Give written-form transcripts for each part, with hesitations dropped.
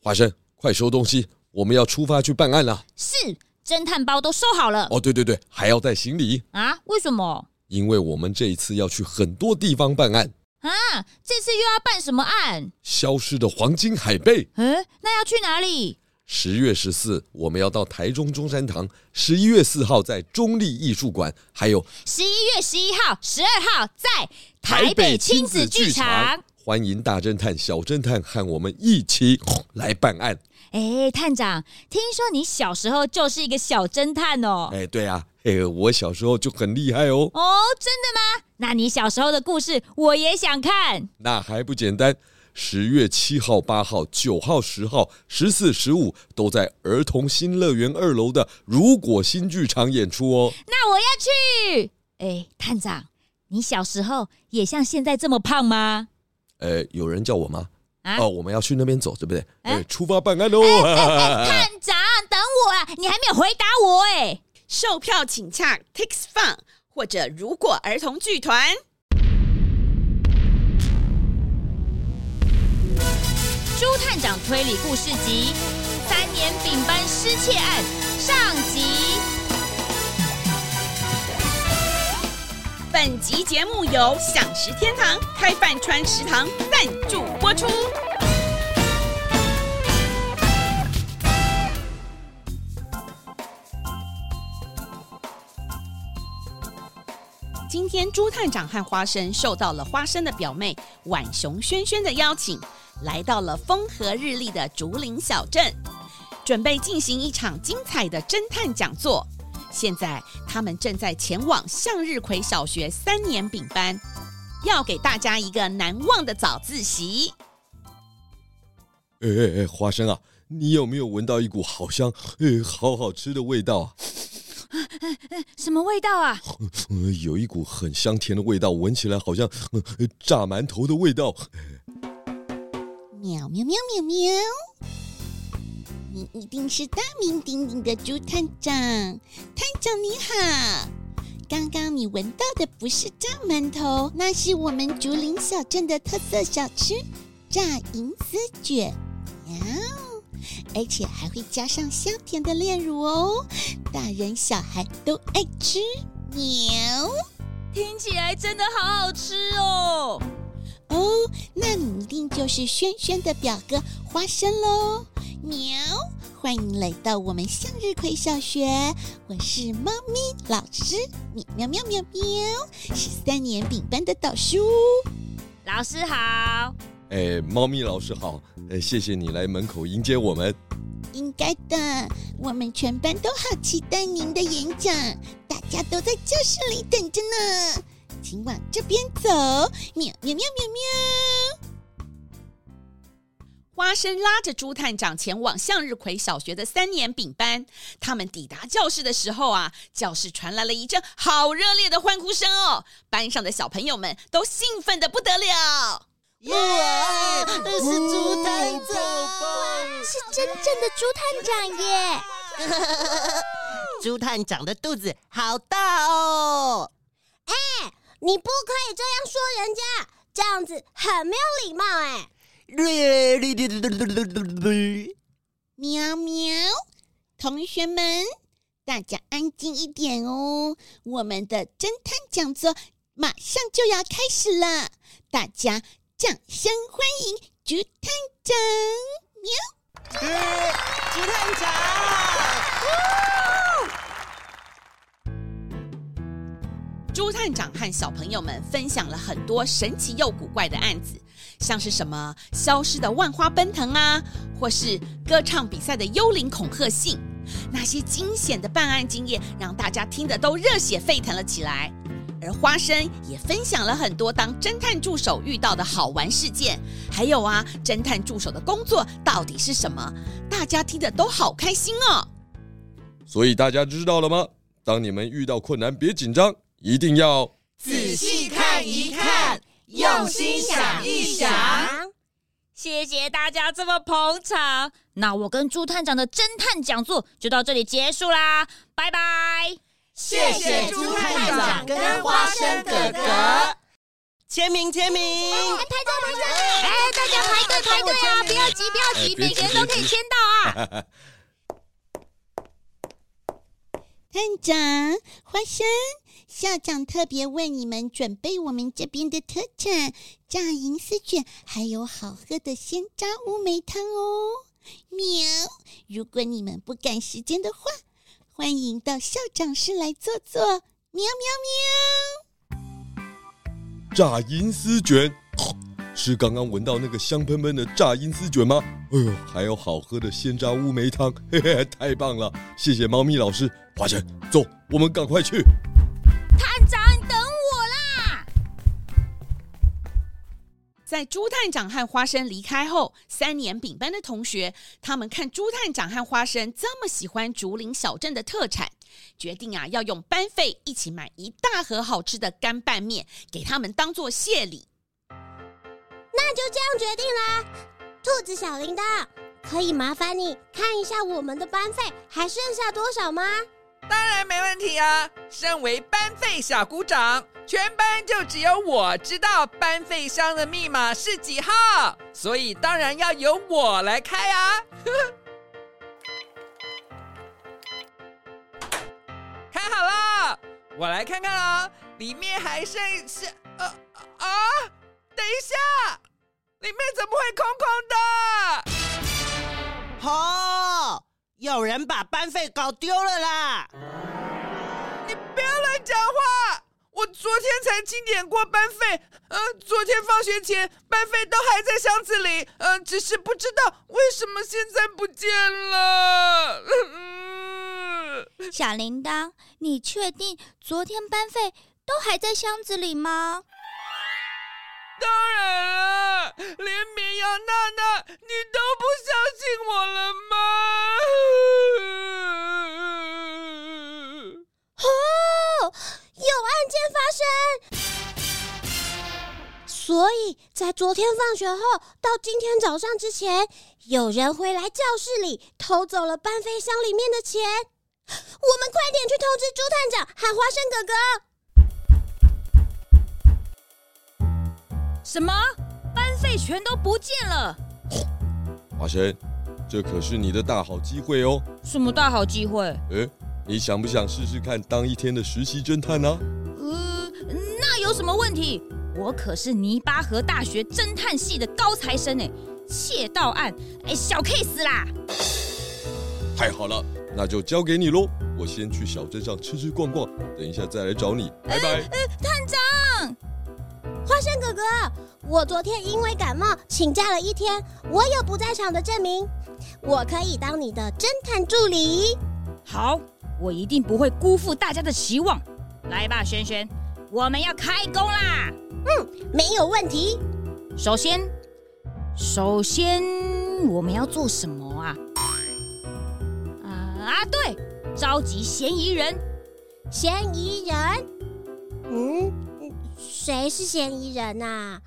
花生，快收东西，我们要出发去办案了。 是，侦探包都收好了。 哦，对，还要带行李啊？为什么？ 因为我们这一次要去很多地方办案啊！这次又要办什么案？ 消失的黄金海贝。 那要去哪里 ？10月14我们要到台中中山堂，11月4号在中立艺术馆，还有 11月11号、12号在台北亲子剧场。 欢迎大侦探、小侦探和我们一起来办案。 探长，听说你小时候就是一个小侦探哦。 对啊，我小时候就很厉害哦。 哦，真的吗？那你小时候的故事我也想看。 那还不简单，10月7号、8号、9号、10号、14、15都在儿童新乐园2楼的如果新剧场演出哦。 那我要去。探长，你小时候也像现在这么胖吗？ 有人叫我吗？我们要去那边走，对不对？出发办案喽！ 探长，等我啊！你还没有回答我售票请洽 Tix Fun 或者如果儿童剧团。 朱探长推理故事集3年丙班失窃案上集。 本集节目由享食天堂开饭川食堂赞助播出。今天朱探长和花生受到了花生的表妹浣熊萱萱的邀请，来到了风和日丽的竹林小镇，准备进行一场精彩的侦探讲座。现在他们正在前往向日葵小学3年丙班，要给大家一个难忘的早自习。 花生啊，你有没有闻到一股好香好好吃的味道啊？ 什么味道啊？ 有一股很香甜的味道，闻起来好像炸馒头的味道。 喵喵喵喵喵！你一定是大名鼎鼎的朱探长，探长你好。刚刚你闻到的不是炸馒头，那是我们竹林小镇的特色小吃炸银丝卷，而且还会加上香甜的炼乳哦，大人小孩都爱吃。喵， 听起来真的好好吃哦。 那你一定就是萱萱的表哥花生咯。喵，欢迎来到我们向日葵小学，我是猫咪老师，喵喵喵喵喵，是3年丙班的导师。 老师好。 猫咪老师好，谢谢你来门口迎接我们。 应该的，我们全班都好期待您的演讲，大家都在教室里等着呢，请往这边走，喵喵喵喵喵。 花生拉着朱探长前往向日葵小学的3年丙班。他们抵达教室的时候啊，教室传来了一阵好热烈的欢呼声哦，班上的小朋友们都兴奋得不得了。 耶！是朱探长， 是真正的朱探长耶！ 朱探长的肚子好大哦！ 你不可以这样说人家，这样子很没有礼貌哎！ 喵喵，同学们，大家安静一点哦，我们的侦探讲座马上就要开始了，大家掌声欢迎朱探长！喵， 朱探长！ 朱探长和小朋友们分享了很多神奇又古怪的案子，像是什么消失的万花奔腾啊，或是歌唱比赛的幽灵恐吓信。那些惊险的办案经验让大家听得都热血沸腾了起来。而花生也分享了很多当侦探助手遇到的好玩事件，还有啊，侦探助手的工作到底是什么，大家听得都好开心哦。 所以大家知道了吗？当你们遇到困难别紧张，一定要仔细看一看，用心想一想。 谢谢大家这么捧场，那我跟朱探长的侦探讲座就到这里结束啦，拜拜。 谢谢朱探长跟花生哥哥。 签名！ 台长，大家排队啊！不要急，每个人都可以签到啊！ 探长，花生，校长特别为你们准备我们这边的特产炸银丝卷，还有好喝的鲜榨乌梅汤哦。喵！如果你们不赶时间的话，欢迎到校长室来坐坐。喵喵喵！ 炸银丝卷，是刚刚闻到那个香喷喷的炸银丝卷吗？哎呦，还有好喝的鲜榨乌梅汤，嘿嘿，太棒了！谢谢猫咪老师。花生，走，我们赶快去。 探长，等我啦！ 在猪探长和花生离开后，3年丙班的同学，他们看猪探长和花生这么喜欢竹林小镇的特产，决定要用班费一起买一大盒好吃的干拌面，给他们当做谢礼。 那就这样决定啦。兔子小铃铛，可以麻烦你看一下我们的班费还剩下多少吗？ 当然没问题啊！身为班费小股长，全班就只有我知道班费箱的密码是几号，所以当然要由我来开啊！开好了，我来看看哦，里面还剩下……等一下，里面怎么会空空的？ 哦，有人把班费搞丢了啦！ 你不要乱讲话！我昨天才清点过班费，昨天放学前班费都还在箱子里，只是不知道为什么现在不见了。 小铃铛，你确定昨天班费都还在箱子里吗？ 当然了，连绵羊娜娜你都不相信我了吗？ 哦，有案件发生！所以在昨天放学后到今天早上之前，有人回来教室里偷走了班费箱里面的钱。我们快点去通知猪探长和花生哥哥。 什么？班费全都不见了？ 花生，这可是你的大好机会哦！ 什么大好机会？ 你想不想试试看当一天的实习侦探呢？ 那有什么问题？我可是泥巴河大学侦探系的高材生窃盗案小 case 啦！ 太好了，那就交给你喽。我先去小镇上吃逛逛，等一下再来找你，拜拜。 探长， 花生哥哥，我昨天因为感冒请假了1天，我有不在场的证明，我可以当你的侦探助理。 好，我一定不会辜负大家的期望。来吧，萱萱，我们要开工啦！ 没有问题。 首先，我们要做什么啊？对，召集嫌疑人。 嫌疑人？谁是嫌疑人啊？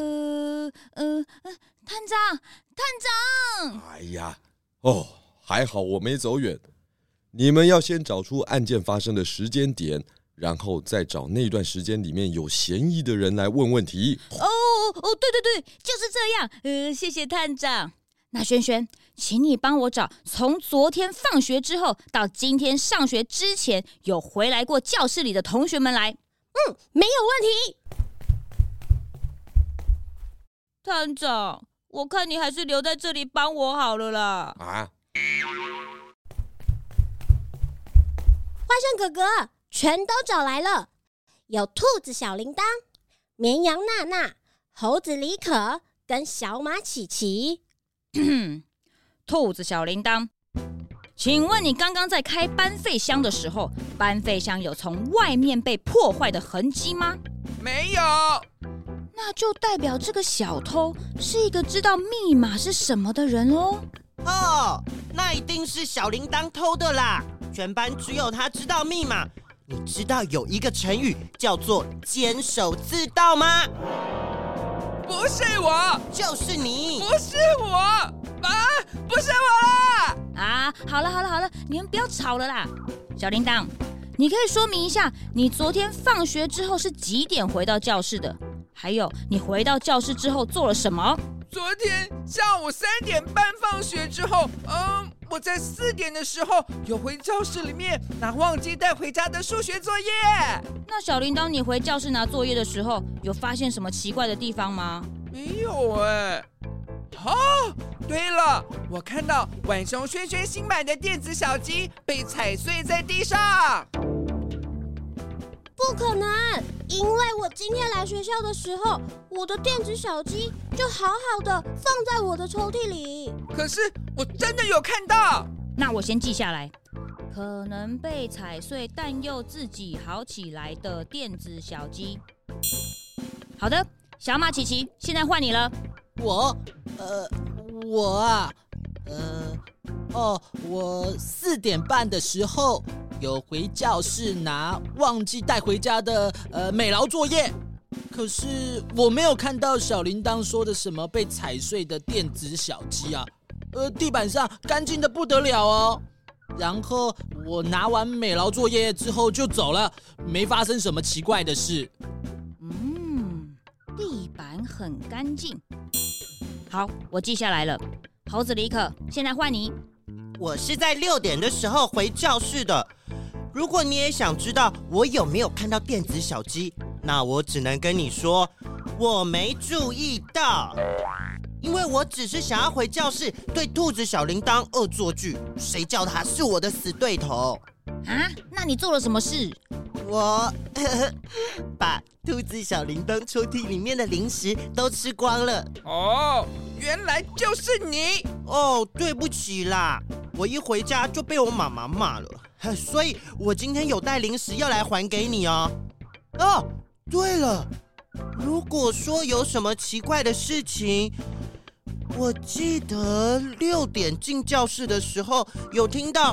探长。 哎呀，还好我没走远。你们要先找出案件发生的时间点，然后再找那段时间里面有嫌疑的人来问问题。 对，就是这样。谢谢探长。那萱萱，请你帮我找从昨天放学之后到今天上学之前有回来过教室里的同学们来。 没有问题。 探长，我看你还是留在这里帮我好了啦。 花生哥哥，全都找来了，有兔子小铃铛、绵羊娜娜、猴子李可跟小马琪琪。 兔子小铃铛，请问你刚刚在开班费箱的时候，班费箱有从外面被破坏的痕迹吗？ 没有。 那就代表这个小偷是一个知道密码是什么的人哦。 那一定是小铃铛偷的啦！全班只有他知道密码。你知道有一个成语叫做监守自盗吗？ 不是我， 就是你。 不是我不是我啦！ 好了，你们不要吵了啦。小铃铛，你可以说明一下，你昨天放学之后是几点回到教室的？ 还有你回到教室之后做了什么？ 昨天下午3点半放学之后，我在4点的时候有回教室里面拿忘记带回家的数学作业。 那小铃铛，你回教室拿作业的时候，有发现什么奇怪的地方吗？ 没有哎。对了，我看到浣熊轩轩新买的电子小鸡被踩碎在地上。 不可能，因为我今天来学校的时候，我的电子小鸡就好好的放在我的抽屉里。 可是我真的有看到。 那我先记下来。可能被踩碎但又自己好起来的电子小鸡。好的，小马琪琪，现在换你了。 我4点半的时候有回教室拿忘记带回家的美劳作业，可是我没有看到小铃铛说的什么被踩碎的电子小鸡啊，地板上干净的不得了哦。然后我拿完美劳作业之后就走了，没发生什么奇怪的事。 地板很干净。好，我记下来了。猴子李可，现在换你。 我是在6点的时候回教室的。如果你也想知道我有没有看到电子小鸡，那我只能跟你说，我没注意到，因为我只是想要回教室对兔子小铃铛恶作剧，谁叫他是我的死对头啊？那你做了什么事？ 我把兔子小铃铛抽屉里面的零食都吃光了。 原来就是你。 对不起啦，我一回家就被我妈妈骂了，所以我今天有带零食要来还给你哦。对了，如果说有什么奇怪的事情，我记得6点进教室的时候有听到，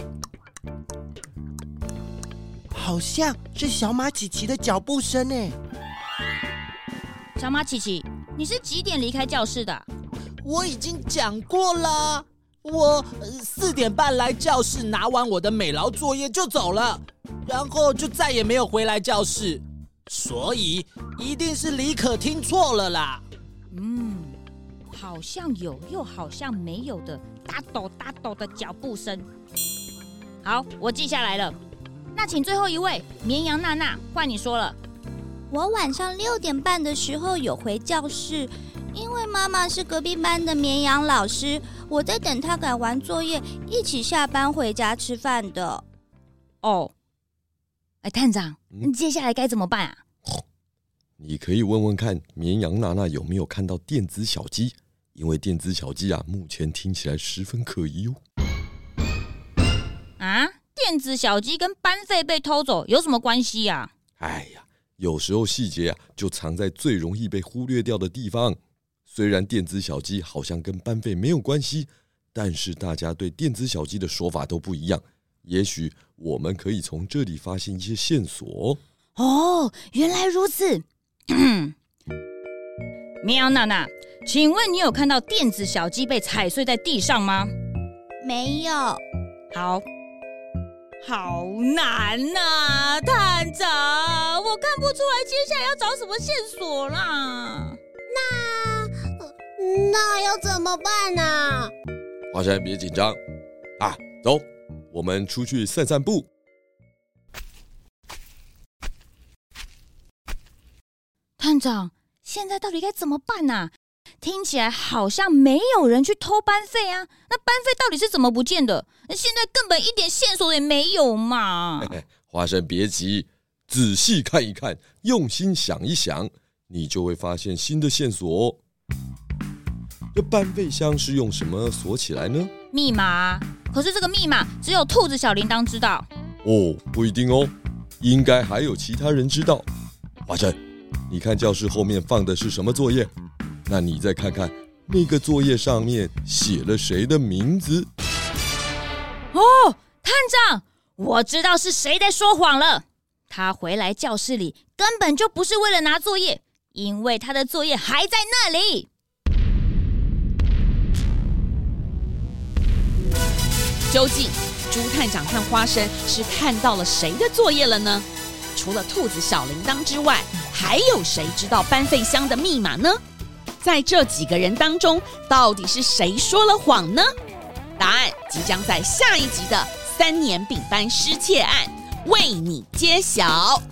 好像是小马琪琪的脚步声呢。 小马琪琪，你是几点离开教室的？ 我已经讲过了，我4点半来教室拿完我的美劳作业就走了，然后就再也没有回来教室，所以一定是李可听错了啦。 好像有又好像没有的哒抖哒抖的脚步声。好，我记下来了。那请最后一位绵羊娜娜，换你说了。 我晚上6点半的时候有回教室，因为妈妈是隔壁班的绵羊老师，我在等她赶完作业，一起下班回家吃饭的。 探长，接下来该怎么办啊？ 你可以问问看绵羊娜娜有没有看到电子小鸡，因为电子小鸡目前听起来十分可疑哦。 电子小鸡跟班费被偷走有什么关系啊？ 有时候细节就藏在最容易被忽略掉的地方。虽然电子小鸡好像跟班费没有关系，但是大家对电子小鸡的说法都不一样。也许我们可以从这里发现一些线索。 原来如此。绵羊娜娜，请问你有看到电子小鸡被踩碎在地上吗？ 没有。 好难啊，探长，我看不出来接下来要找什么线索啦。 那要怎么办啊？ 华山别紧张走，我们出去散散步。 探长，现在到底该怎么办啊？听起来好像没有人去偷班费啊，那班费到底是怎么不见的？现在根本一点线索也没有嘛。 华山别急，仔细看一看，用心想一想，你就会发现新的线索。这班费箱是用什么锁起来呢？ 密码可是这个密码只有兔子小铃铛知道。 不一定哦，应该还有其他人知道。华山，你看教室后面放的是什么作业？那你再看看那个作业上面写了谁的名字？ 探长，我知道是谁在说谎了。他回来教室里根本就不是为了拿作业，因为他的作业还在那里。 究竟朱探长和花生是看到了谁的作业了呢？ 除了兔子小铃铛之外，还有谁知道班费箱的密码呢？在这几个人当中，到底是谁说了谎呢？答案即将在下一集的3年丙班失窃案为你揭晓。